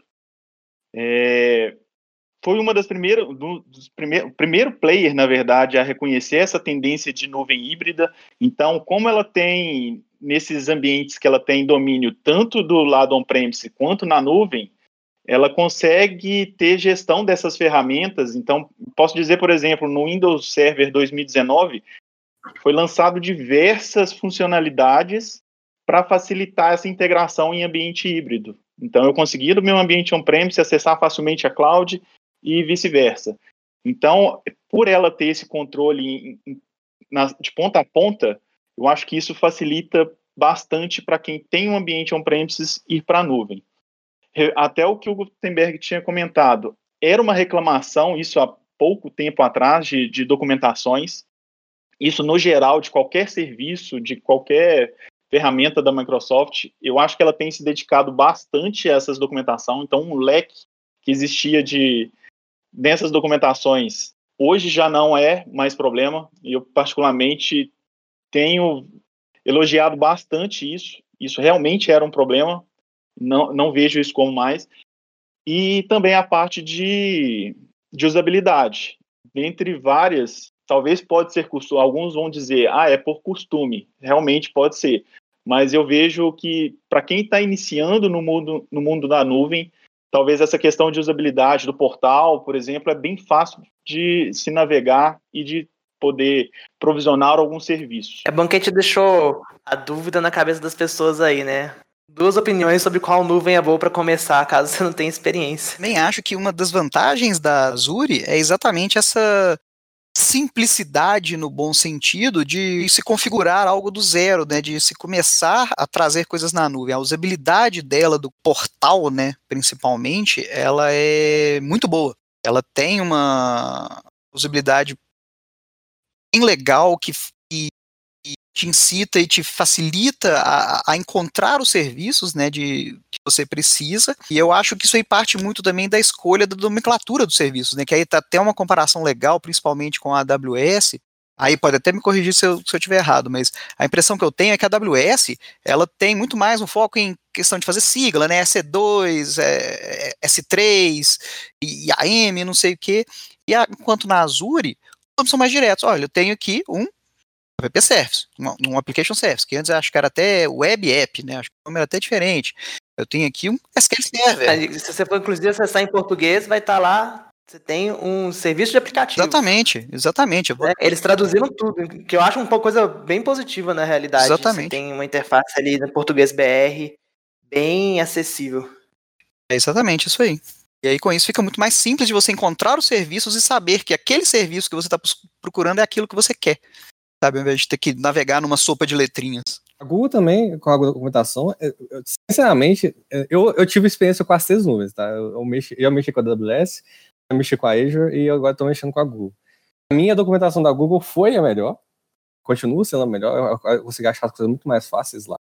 É, foi uma das primeiras, do, dos primeiros, o primeiro player, na verdade, a reconhecer essa tendência de nuvem híbrida. Então, como ela tem nesses ambientes que ela tem domínio tanto do lado on-premise quanto na nuvem, ela consegue ter gestão dessas ferramentas. Então, posso dizer, por exemplo, no Windows Server dois mil e dezenove, foi lançado diversas funcionalidades para facilitar essa integração em ambiente híbrido. Então, eu conseguia do meu ambiente on-premise acessar facilmente a cloud e vice-versa. Então, por ela ter esse controle em, na, de ponta a ponta, eu acho que isso facilita bastante para quem tem um ambiente on-premises ir para a nuvem. Até o que o Gutenberg tinha comentado, era uma reclamação, isso há pouco tempo atrás, de, de documentações, isso no geral, de qualquer serviço, de qualquer ferramenta da Microsoft, eu acho que ela tem se dedicado bastante a essas documentações. Então, um leque que existia de, dessas documentações, hoje já não é mais problema, e eu particularmente tenho elogiado bastante isso, isso realmente era um problema, não, não vejo isso como mais. E também a parte de, de usabilidade, dentre várias, talvez pode ser costume, alguns vão dizer, ah, é por costume, realmente pode ser, mas eu vejo que para quem está iniciando no mundo, no mundo da nuvem, talvez essa questão de usabilidade do portal, por exemplo, é bem fácil de se navegar e de poder provisionar alguns serviços. É bom que a gente deixou a dúvida na cabeça das pessoas aí, né? Duas opiniões sobre qual nuvem é boa para começar, caso você não tenha experiência. Também acho que uma das vantagens da Azure é exatamente essa simplicidade, no bom sentido, de se configurar algo do zero, né, de se começar a trazer coisas na nuvem. A usabilidade dela, do portal, né, principalmente, ela é muito boa. Ela tem uma usabilidade bem legal que, que, que te incita e te facilita a, a encontrar os serviços, né, de, que você precisa, e eu acho que isso aí parte muito também da escolha da nomenclatura dos serviços, né, que aí tá até uma comparação legal, principalmente com a A W S. Aí pode até me corrigir se eu, se eu estiver errado, mas a impressão que eu tenho é que a A W S, ela tem muito mais um foco em questão de fazer sigla, né, S dois, é, S três, I A M, não sei o que, e a, enquanto na Azure, os são mais diretos. Olha, eu tenho aqui um App Service, um, um Application Service, que antes eu acho que era até Web App, né, acho que o nome era até diferente. Eu tenho aqui um S Q L Server. Aí, se você for, inclusive, acessar em português, vai estar lá, você tem um serviço de aplicativo. Exatamente, exatamente. Eu vou... É, eles traduziram tudo, que eu acho uma coisa bem positiva na realidade. Exatamente. Você tem uma interface ali no português B R bem acessível. É exatamente isso aí. E aí com isso fica muito mais simples de você encontrar os serviços e saber que aquele serviço que você está procurando é aquilo que você quer, sabe, ao invés de ter que navegar numa sopa de letrinhas. A Google também, com a documentação, eu, eu, sinceramente, eu, eu tive experiência com as três nuvens, tá? Eu, eu, mexi, eu mexi com a A W S, eu mexi com a Azure e agora estou mexendo com a Google. A minha documentação da Google foi a melhor, continua sendo a melhor, eu, eu consegui achar as coisas muito mais fáceis lá.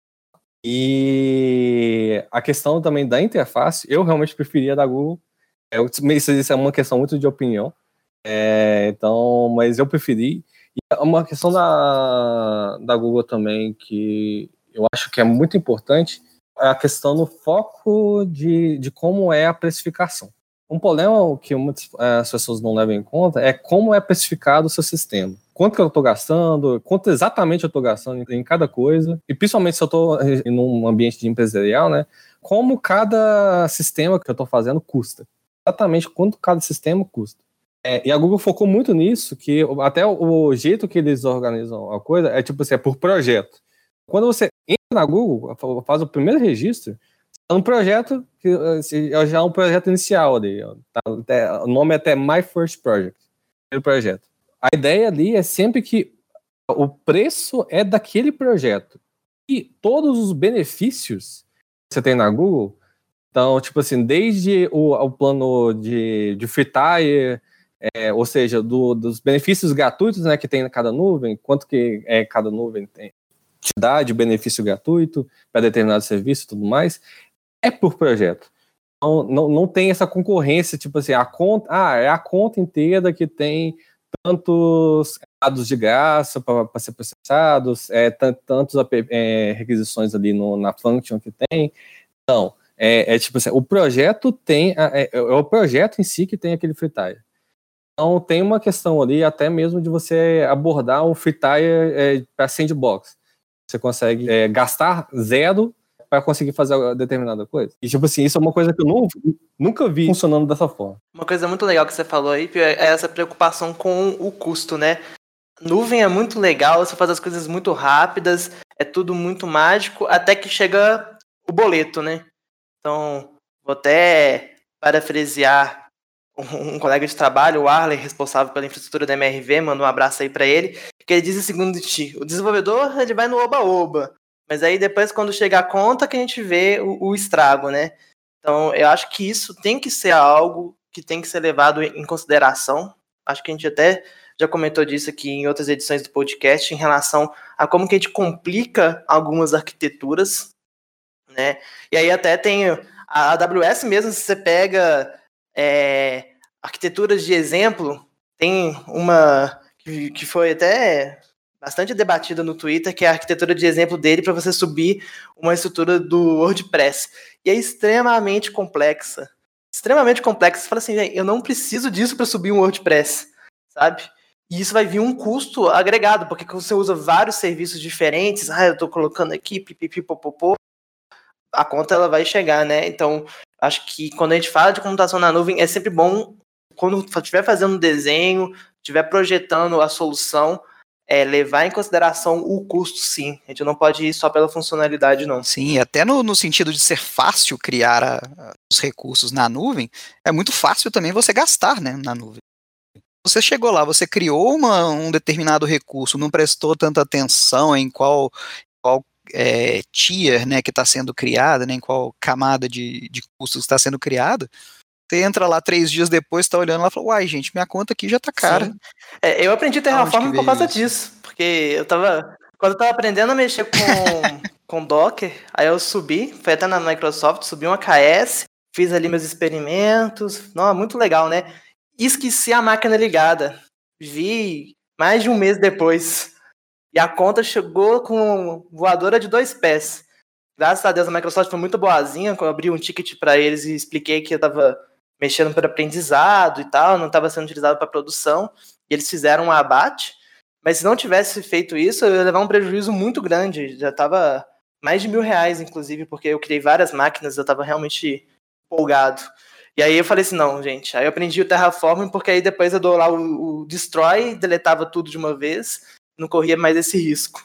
E a questão também da interface, eu realmente preferia da Google. É, isso é uma questão muito de opinião. É, então, mas eu preferi. E uma questão da, da Google também que eu acho que é muito importante é a questão do foco de, de como é a precificação. Um problema que muitas as pessoas não levam em conta é como é precificado o seu sistema. Quanto que eu estou gastando, quanto exatamente eu estou gastando em cada coisa, e principalmente se eu estou em um ambiente de empresarial, né, como cada sistema que eu estou fazendo custa. Exatamente quanto cada sistema custa. É, e a Google focou muito nisso, que até o jeito que eles organizam a coisa é tipo assim, é por projeto. Quando você entra na Google, faz o primeiro registro, é um projeto que já é um projeto inicial ali. Tá, o nome é até My First Project, primeiro projeto. A ideia ali é sempre que o preço é daquele projeto. E todos os benefícios que você tem na Google, então, tipo assim, desde o, o plano de, de free tire, é, ou seja, do, dos benefícios gratuitos, né, que tem em cada nuvem, quanto que é, cada nuvem tem, te dá de benefício gratuito para determinado serviço e tudo mais, é por projeto. Então, não, não tem essa concorrência, tipo assim, a conta, ah, é a conta inteira que tem tantos dados de graça para ser processados, é, tantos é, requisições ali no, na function que tem. Então, é, é tipo assim, o projeto tem, é, é o projeto em si que tem aquele free tire. Então, tem uma questão ali, até mesmo de você abordar um free tire é, para sandbox. você consegue é, gastar zero para conseguir fazer determinada coisa. E, tipo assim, isso é uma coisa que eu não, nunca vi funcionando dessa forma. Uma coisa muito legal que você falou aí, Pio, é essa preocupação com o custo, né? Nuvem é muito legal, você faz as coisas muito rápidas, é tudo muito mágico, até que chega o boleto, né? Então, vou até parafrasear um, um colega de trabalho, o Arley, responsável pela infraestrutura da M R V, manda um abraço aí para ele, que ele diz o seguinte: o desenvolvedor ele vai no oba-oba, mas aí depois quando chega a conta que a gente vê o, o estrago, né? Então eu acho que isso tem que ser algo que tem que ser levado em consideração. Acho que a gente até já comentou disso aqui em outras edições do podcast, em relação a como que a gente complica algumas arquiteturas, né? E aí até tem a A W S mesmo, se você pega é, arquiteturas de exemplo, tem uma que, que foi até bastante debatida no Twitter, que é a arquitetura de exemplo dele para você subir uma estrutura do WordPress. E é extremamente complexa. Extremamente complexa. Você fala assim, eu não preciso disso para subir um WordPress, sabe? E isso vai vir um custo agregado, porque você usa vários serviços diferentes. Ah, eu estou colocando aqui, pipipipopopô. A conta ela vai chegar, né? Então, acho que quando a gente fala de computação na nuvem, é sempre bom, quando estiver fazendo um desenho, estiver projetando a solução, é, levar em consideração o custo, sim. A gente não pode ir só pela funcionalidade, não. Sim, até no, no sentido de ser fácil criar a, a, os recursos na nuvem, é muito fácil também você gastar, né, na nuvem. Você chegou lá, você criou uma, um determinado recurso, não prestou tanta atenção em qual, qual é, tier, né, que está sendo criada, né, em qual camada de, de custos está sendo criada. Você entra lá três dias depois, está olhando lá e fala, uai, gente, minha conta aqui já tá cara. É, eu aprendi Terraform por causa isso? disso, porque eu tava, quando eu tava aprendendo a mexer com, com Docker, aí eu subi, foi até na Microsoft, subi uma K S, fiz ali meus experimentos, não, muito legal, né? Esqueci a máquina ligada, vi mais de um mês depois, e a conta chegou com voadora de dois pés. Graças a Deus a Microsoft foi muito boazinha, quando eu abri um ticket para eles e expliquei que eu tava mexendo para aprendizado e tal, não estava sendo utilizado para produção, e eles fizeram um abate, mas se não tivesse feito isso, eu ia levar um prejuízo muito grande, já estava mais de mil reais, inclusive, porque eu criei várias máquinas, eu estava realmente empolgado. E aí eu falei assim, não, gente, aí eu aprendi o Terraform, porque aí depois eu dou lá o, o Destroy, deletava tudo de uma vez, não corria mais esse risco.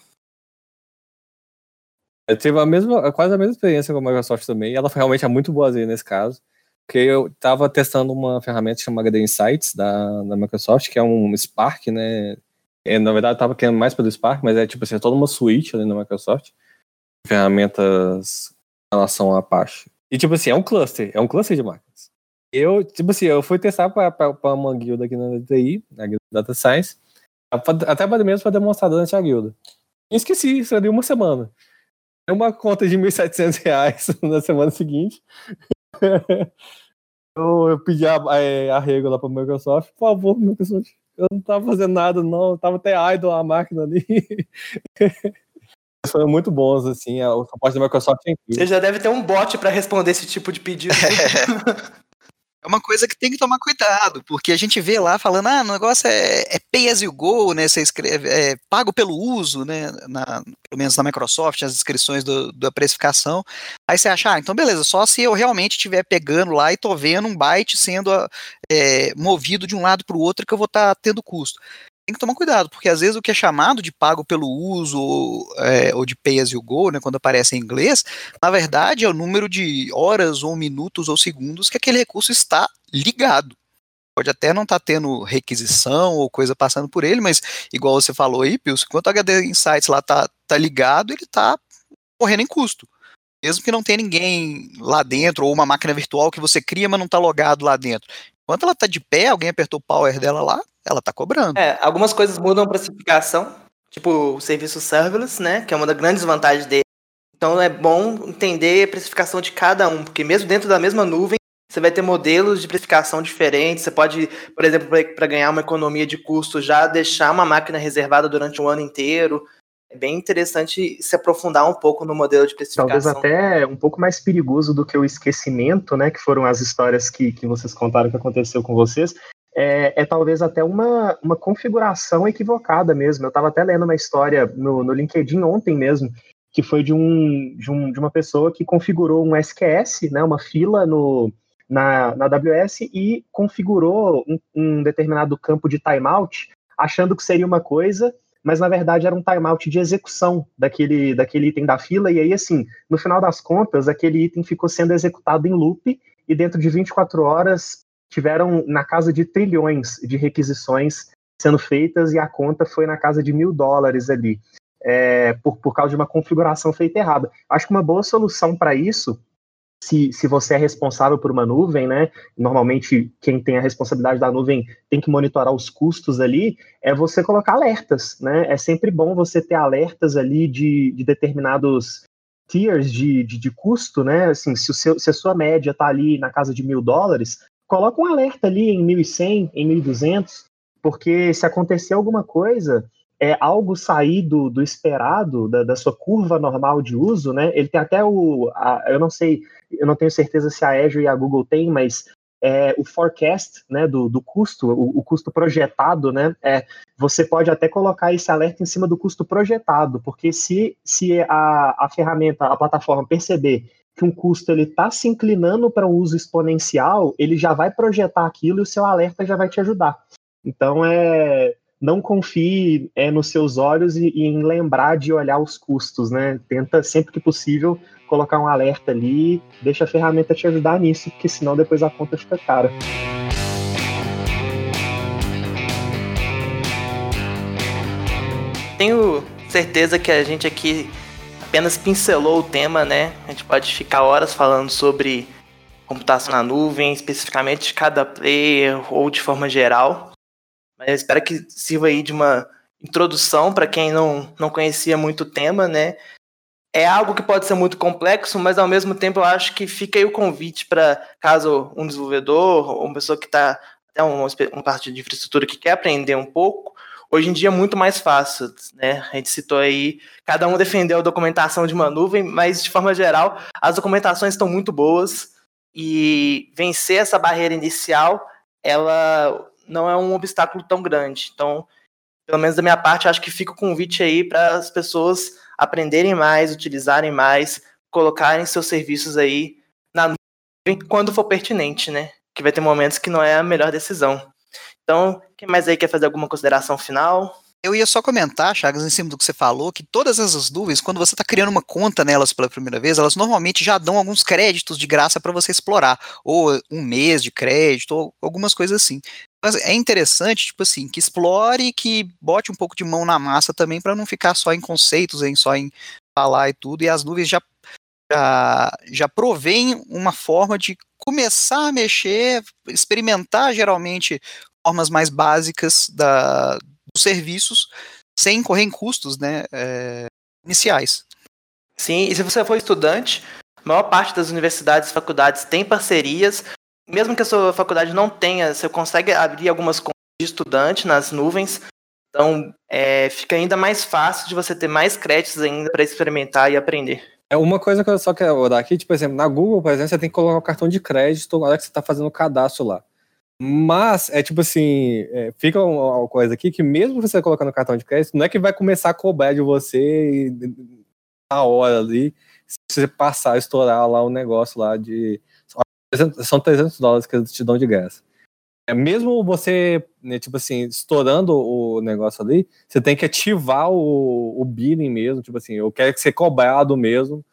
Eu tive a mesma, quase a mesma experiência com a Microsoft também, e ela realmente é muito boazinha nesse caso, porque eu estava testando uma ferramenta chamada The Insights da, da Microsoft, que é um Spark, né? É, na verdade, eu estava querendo mais pelo Spark, mas é tipo assim, é toda uma suite ali na Microsoft, ferramentas em relação a Apache. E tipo assim, é um cluster, é um cluster de máquinas. Eu, tipo assim, eu fui testar para uma guilda aqui na D T I, na guilda Data Science, até mesmo para demonstrar durante a guilda. E esqueci, isso ali uma semana. É uma conta de mil e setecentos reais na semana seguinte. eu, eu pedi a, a, a regra lá pra Microsoft, por favor, Microsoft, eu não tava fazendo nada, não, eu tava até idle a máquina ali. Foram muito bons, assim, o suporte da Microsoft é incrível. Você já deve ter um bot para responder esse tipo de pedido. É uma coisa que tem que tomar cuidado, porque a gente vê lá falando, ah, o negócio é, é pay as you go, né, você escreve, é pago pelo uso, né, na, pelo menos na Microsoft, as descrições do, da precificação, aí você acha, ah, então beleza, só se eu realmente estiver pegando lá e tô vendo um byte sendo é, movido de um lado para o outro que eu vou estar tá tendo custo. Tem que tomar cuidado, porque às vezes o que é chamado de pago pelo uso ou, é, ou de pay as you go, né, quando aparece em inglês, na verdade é o número de horas ou minutos ou segundos que aquele recurso está ligado. Pode até não estar tá tendo requisição ou coisa passando por ele, mas igual você falou aí, Pilson, enquanto o H D Insights lá está tá ligado, ele está correndo em custo. Mesmo que não tenha ninguém lá dentro, ou uma máquina virtual que você cria, mas não está logado lá dentro. Enquanto ela está de pé, alguém apertou o power dela lá, ela tá cobrando. É, algumas coisas mudam a precificação, tipo o serviço serverless, né, que é uma das grandes vantagens dele. Então é bom entender a precificação de cada um, porque mesmo dentro da mesma nuvem, você vai ter modelos de precificação diferentes. Você pode, por exemplo, para ganhar uma economia de custo, já deixar uma máquina reservada durante um ano inteiro. É bem interessante se aprofundar um pouco no modelo de precificação. Talvez até um pouco mais perigoso do que o esquecimento, né, que foram as histórias que, que vocês contaram que aconteceu com vocês, é, é talvez até uma, uma configuração equivocada mesmo. Eu estava até lendo uma história no, no LinkedIn ontem mesmo, que foi de, um, de, um, de uma pessoa que configurou um S Q S, né, uma fila no, na, na A W S, e configurou um, um determinado campo de timeout, achando que seria uma coisa, mas na verdade era um timeout de execução daquele, daquele item da fila, e aí assim, no final das contas, aquele item ficou sendo executado em loop, e dentro de vinte e quatro horas tiveram na casa de trilhões de requisições sendo feitas, e a conta foi na casa de mil dólares ali, é, por, por causa de uma configuração feita errada. Acho que uma boa solução para isso, se, se você é responsável por uma nuvem, né, normalmente quem tem a responsabilidade da nuvem tem que monitorar os custos ali, é você colocar alertas, né? É sempre bom você ter alertas ali de, de determinados tiers de, de, de custo, né? Assim, se, o seu, se a sua média está ali na casa de mil dólares, coloca um alerta ali em mil e cem, em mil e duzentos, porque se acontecer alguma coisa, é algo sair do, do esperado, da, da sua curva normal de uso, né? Ele tem até o, a, eu não sei, eu não tenho certeza se a Azure e a Google têm, mas é, o forecast, né, do, do custo, o, o custo projetado, né? É, você pode até colocar esse alerta em cima do custo projetado, porque se, se a, a ferramenta, a plataforma perceber que um custo ele está se inclinando para um uso exponencial, ele já vai projetar aquilo e o seu alerta já vai te ajudar. Então, é, não confie é, nos seus olhos e, e em lembrar de olhar os custos, né? Tenta, sempre que possível, colocar um alerta ali, deixa a ferramenta te ajudar nisso, porque senão depois a conta fica cara. Tenho certeza que a gente aqui apenas pincelou o tema, né? A gente pode ficar horas falando sobre computação na nuvem, especificamente de cada player ou de forma geral. Mas eu espero que sirva aí de uma introdução para quem não, não conhecia muito o tema, né? É algo que pode ser muito complexo, mas ao mesmo tempo eu acho que fica aí o convite para, caso um desenvolvedor ou uma pessoa que está até uma, uma parte de infraestrutura que quer aprender um pouco, hoje em dia é muito mais fácil, né? A gente citou aí, cada um defendeu a documentação de uma nuvem, mas de forma geral, as documentações estão muito boas e vencer essa barreira inicial, ela não é um obstáculo tão grande. Então, pelo menos da minha parte, acho que fica o convite aí para as pessoas aprenderem mais, utilizarem mais, colocarem seus serviços aí na nuvem quando for pertinente, né? Que vai ter momentos que não é a melhor decisão. Então, quem mais aí quer fazer alguma consideração final? Eu ia só comentar, Chagas, em cima do que você falou, que todas essas nuvens, quando você está criando uma conta nelas pela primeira vez, elas normalmente já dão alguns créditos de graça para você explorar, ou um mês de crédito, ou algumas coisas assim. Mas é interessante, tipo assim, que explore e que bote um pouco de mão na massa também, para não ficar só em conceitos, hein, só em falar e tudo, e as nuvens já, já, já provêm uma forma de começar a mexer, experimentar geralmente formas mais básicas da, dos serviços, sem incorrer em custos, né, é, iniciais. Sim, e se você for estudante, a maior parte das universidades e faculdades tem parcerias. Mesmo que a sua faculdade não tenha, você consegue abrir algumas contas de estudante nas nuvens. Então, é, fica ainda mais fácil de você ter mais créditos ainda para experimentar e aprender. É uma coisa que eu só quero dar aqui, tipo, por exemplo, na Google, por exemplo, você tem que colocar o cartão de crédito na hora que você está fazendo o cadastro lá. Mas, é tipo assim, é, fica uma, uma coisa aqui que mesmo você colocando o cartão de crédito, não é que vai começar a cobrar de você na hora ali, se você passar, estourar lá o negócio lá de... São trezentos dólares que eles te dão de graça. É, mesmo você, né, tipo assim, estourando o negócio ali, você tem que ativar o, o billing mesmo, tipo assim, eu quero que ser cobrado mesmo,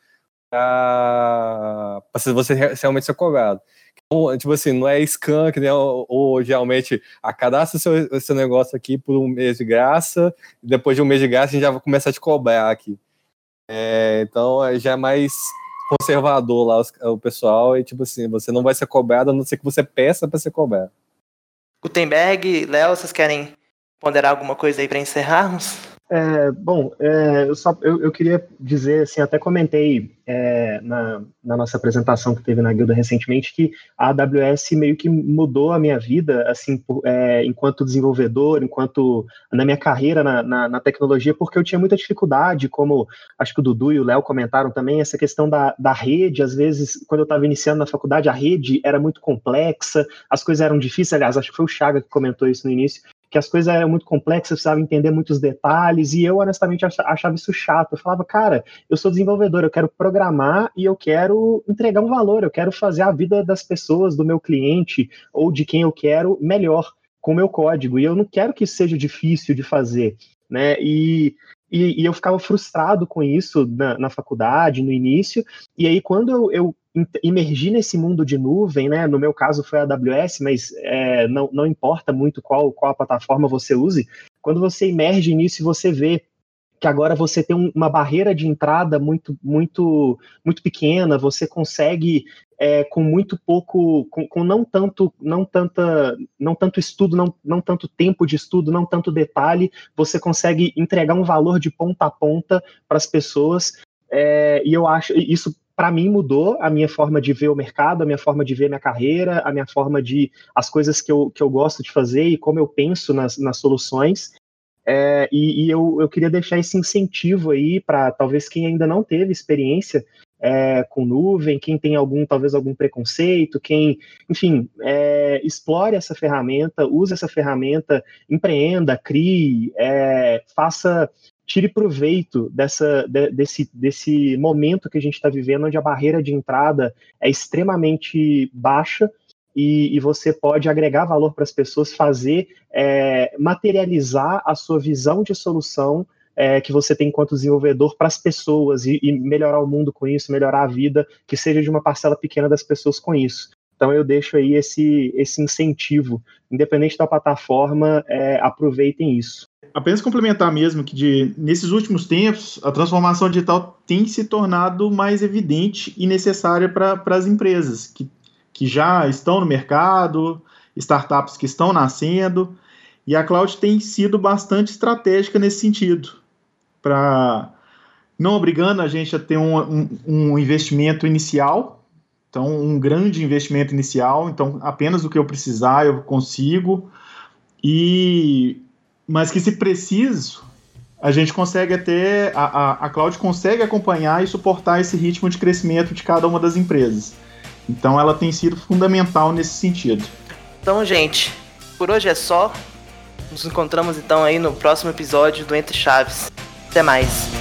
pra, pra você realmente ser cobrado. Então, tipo assim, não é scan, que nem ou, ou geralmente, a cadastra seu, seu negócio aqui por um mês de graça, e depois de um mês de graça a gente já vai começar a te cobrar aqui. É, então, já é mais conservador lá os, o pessoal, e tipo assim, você não vai ser cobrado a não ser que você peça para ser cobrado. Gutenberg, Léo, vocês querem ponderar alguma coisa aí para encerrarmos? É, bom, é, eu, só, eu, eu queria dizer, assim, até comentei é, na, na nossa apresentação que teve na Guilda recentemente, que a A W S meio que mudou a minha vida, assim, por, é, enquanto desenvolvedor, enquanto na minha carreira na, na, na tecnologia, porque eu tinha muita dificuldade, como acho que o Dudu e o Léo comentaram também, essa questão da, da rede. Às vezes, quando eu estava iniciando na faculdade, a rede era muito complexa, as coisas eram difíceis. Aliás, acho que foi o Chaga que comentou isso no início, que as coisas eram muito complexas, eu precisava entender muitos detalhes, e eu, honestamente, achava isso chato. Eu falava, cara, eu sou desenvolvedor, eu quero programar e eu quero entregar um valor, eu quero fazer a vida das pessoas, do meu cliente, ou de quem eu quero, melhor com o meu código, e eu não quero que isso seja difícil de fazer, né, e... E, e eu ficava frustrado com isso na, na faculdade, no início, e aí quando eu, eu imergi nesse mundo de nuvem, né, no meu caso foi a AWS, mas é, não, não importa muito qual, qual a plataforma você use, quando você imerge nisso e você vê que agora você tem um, uma barreira de entrada muito, muito, muito pequena, você consegue, é, com muito pouco, com, com não tanto, não tanta, não tanto estudo, não, não tanto tempo de estudo, não tanto detalhe, você consegue entregar um valor de ponta a ponta para as pessoas, é, e eu acho, isso para mim mudou a minha forma de ver o mercado, a minha forma de ver minha carreira, a minha forma de, as coisas que eu, que eu gosto de fazer e como eu penso nas, nas soluções. É, e, e eu, eu queria deixar esse incentivo aí para talvez quem ainda não teve experiência é, com nuvem, quem tem algum, talvez algum preconceito, quem, enfim, é, explore essa ferramenta, use essa ferramenta, empreenda, crie, é, faça, tire proveito dessa, de, desse, desse momento que a gente está vivendo, onde a barreira de entrada é extremamente baixa. E, e você pode agregar valor para as pessoas, fazer, é, materializar a sua visão de solução é, que você tem enquanto desenvolvedor para as pessoas e, e melhorar o mundo com isso, melhorar a vida, que seja de uma parcela pequena das pessoas com isso. Então eu deixo aí esse, esse incentivo, independente da plataforma, é, aproveitem isso. Apenas complementar mesmo que de, nesses últimos tempos a transformação digital tem se tornado mais evidente e necessária para as empresas, que que já estão no mercado, startups que estão nascendo, e a cloud tem sido bastante estratégica nesse sentido, para não obrigando a gente a ter um, um, um investimento inicial, então um grande investimento inicial, então apenas o que eu precisar eu consigo, e, mas que se preciso, a gente consegue até, a, a, a cloud consegue acompanhar e suportar esse ritmo de crescimento de cada uma das empresas. Então ela tem sido fundamental nesse sentido. Então, gente, por hoje é só. Nos encontramos então aí no próximo episódio do Entre Chaves. Até mais.